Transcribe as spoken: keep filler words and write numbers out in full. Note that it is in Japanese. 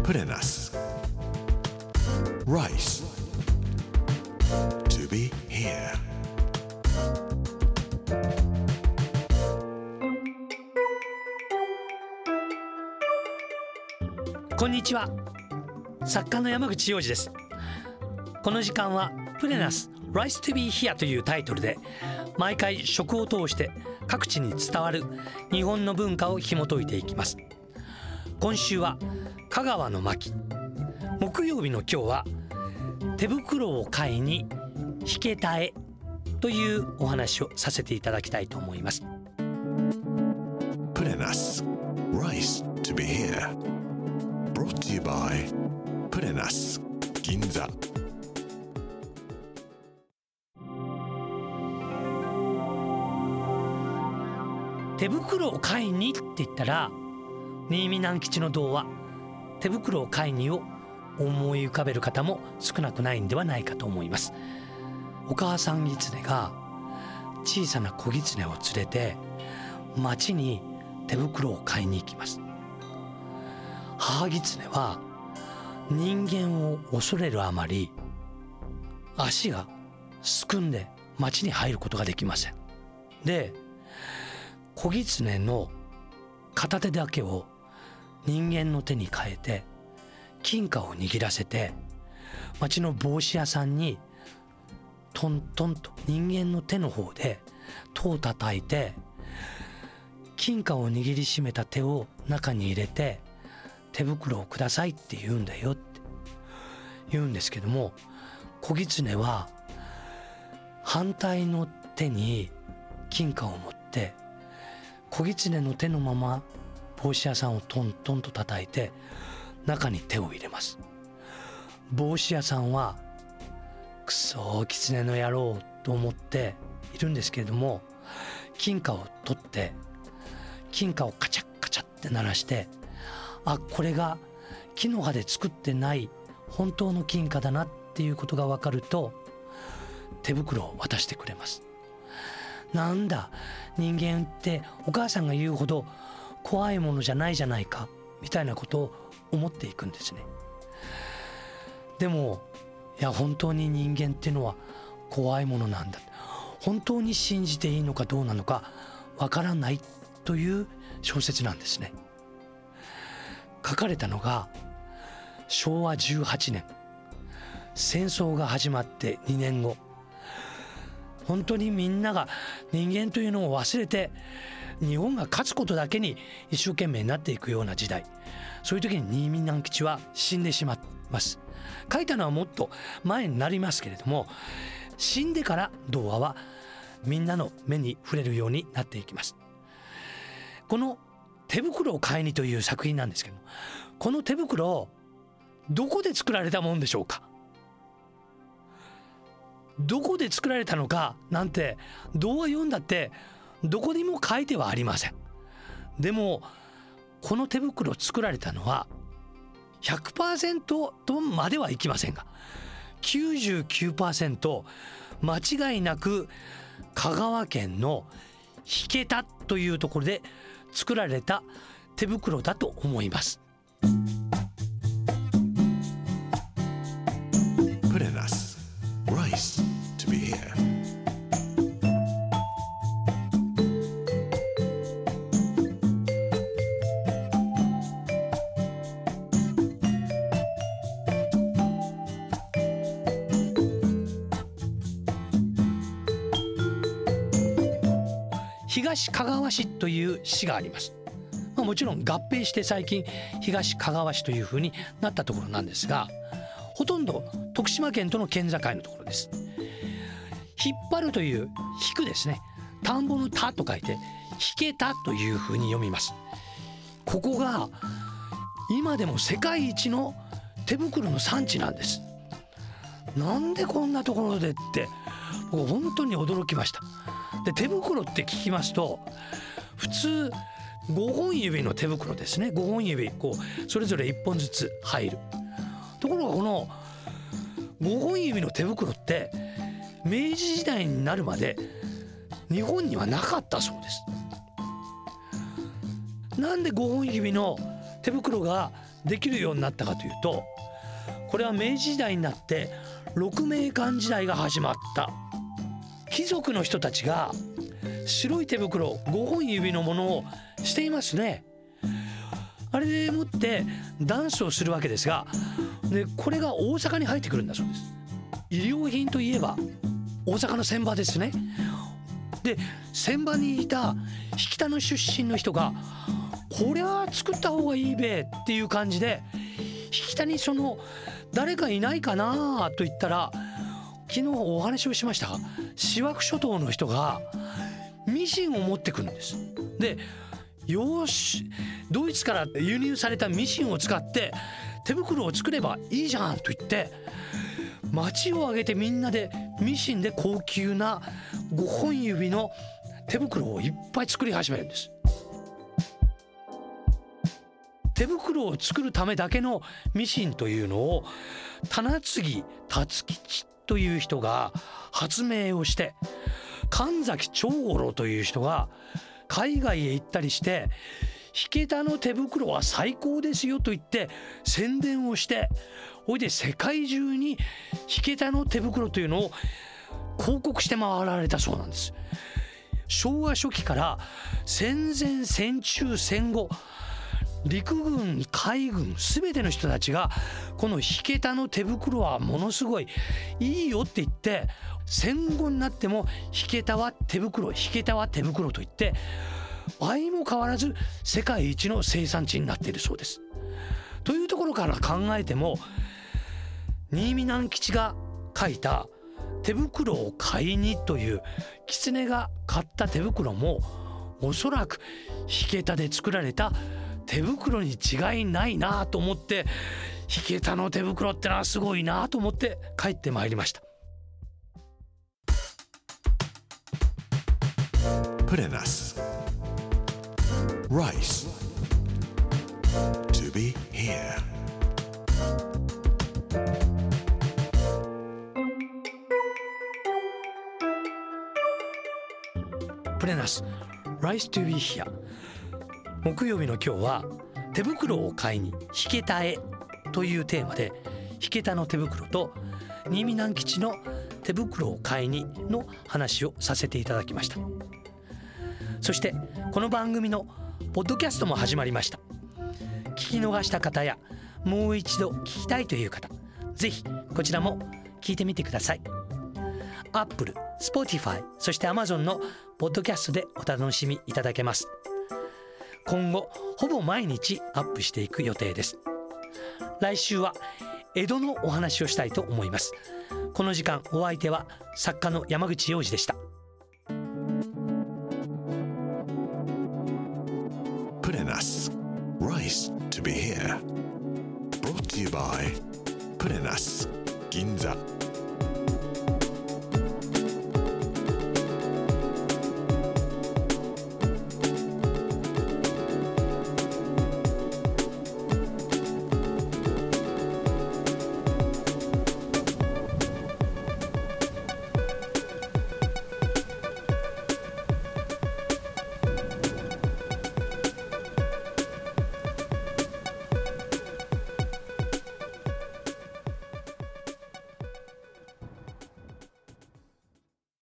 プレナス Rice to be here。 こんにちは、作家の山口洋二です。この時間はプレナス Rice to be here というタイトルで、毎回食を通して各地に伝わる日本の文化を紐解いていきます。今週は香川の巻、木曜日の今日は手袋を買いに引けたえというお話をさせていただきたいと思います。 プレナス Rice to be here Brought to you by プレナス銀座。 手袋を買いにって言ったら、新見南吉の童話手袋を買いにを思い浮かべる方も少なくないんではないかと思います。お母さん狐が小さな子狐を連れて町に手袋を買いに行きます。母狐は人間を恐れるあまり足がすくんで町に入ることができません。で、子狐の片手だけを人間の手に変えて金貨を握らせて、町の帽子屋さんにトントンと人間の手の方で戸を叩いて、金貨を握りしめた手を中に入れて、手袋をくださいって言うんだよって言うんですけども、子狐は反対の手に金貨を持って子狐の手のまま帽子屋さんをトントンと叩いて中に手を入れます。帽子屋さんはくそー狐の野郎と思っているんですけれども、金貨を取って金貨をカチャッカチャって鳴らして、あ、これが木の葉で作ってない本当の金貨だなっていうことが分かると手袋を渡してくれます。なんだ、人間ってお母さんが言うほど怖いものじゃないじゃないかみたいなことを思っていくんですね。でもいや、本当に人間っていうのは怖いものなんだ、本当に信じていいのかどうなのかわからないという小説なんですね。書かれたのがしょうわじゅうはちねん、戦争が始まってにねんご、本当にみんなが人間というのを忘れて日本が勝つことだけに一生懸命になっていくような時代、そういう時に新見南吉は死んでしまいます。書いたのはもっと前になりますけれども、死んでから童話はみんなの目に触れるようになっていきます。この手袋を買いにという作品なんですけど、この手袋どこで作られたもんでしょうか。どこで作られたのかなんて童話読んだってどこにも書いてはありません。でもこの手袋作られたのは ひゃくパーセント とまではいきませんが きゅうじゅうきゅうパーセント 間違いなく香川県の引田というところで作られた手袋だと思います。 プレナス Rice to be here。 東かがわ市という市があります。まあ、もちろん合併して最近東かがわ市というふうになったところなんですが、ほとんど徳島県との県境のところです。引っ張るという引くですね、田んぼの田と書いて引けたというふうに読みます。ここが今でも世界一の手袋の産地なんです。なんでこんなところでって僕本当に驚きました。で、手袋って聞きますと普通ごほん指の手袋ですね。ごほん指こうそれぞれいっぽんずつ入る。ところがこのごほん指の手袋って明治時代になるまで日本にはなかったそうです。なんでごほん指の手袋ができるようになったかというと、これは明治時代になって鹿鳴館時代が始まった。貴族の人たちが白い手袋ごほん指のものをしていますね。あれでもってダンスをするわけですが、でこれが大阪に入ってくるんだそうです。医療品といえば大阪の船場ですね。で船場にいた引田の出身の人が、こりゃ作った方がいいべっていう感じで、引田にその誰かいないかなと言ったら、昨日お話をしましたがシワク諸島の人がミシンを持ってくるんです。でよし、ドイツから輸入されたミシンを使って手袋を作ればいいじゃんと言って、町を挙げてみんなでミシンで高級なごほん指の手袋をいっぱい作り始めるんです。手袋を作るためだけのミシンというのを棚次辰吉という人が発明をして、神崎長五郎という人が海外へ行ったりして、引田の手袋は最高ですよと言って宣伝をして、おいで世界中に引田の手袋というのを広告して回られたそうなんです。昭和初期から戦前戦中戦後、陸軍海軍すべての人たちがこの引田の手袋はものすごいいいよって言って、戦後になっても引田は手袋引田は手袋と言って相も変わらず世界一の生産地になっているそうです。というところから考えても、新見南吉が書いた手袋を買いにという狐が買った手袋もおそらく引田で作られた手袋に違いないなと思って、引田の手袋ってのはすごいなと思って帰ってまいりました。 プレナス Rice to be here。 プレナス Rice to be here。 木曜日の今日は手袋を買いに引田へというテーマで、引田の手袋と新見南吉の手袋を買いにの話をさせていただきました。そしてこの番組のポッドキャストも始まりました。聞き逃した方やもう一度聞きたいという方、ぜひこちらも聞いてみてください。Apple、Spotify、そして Amazon のポッドキャストでお楽しみいただけます。今後ほぼ毎日アップしていく予定です。来週は江戸のお話をしたいと思います。この時間お相手は作家の山口洋二でした。 プレナス Rice to be here。 Brought to you by プレナス銀座。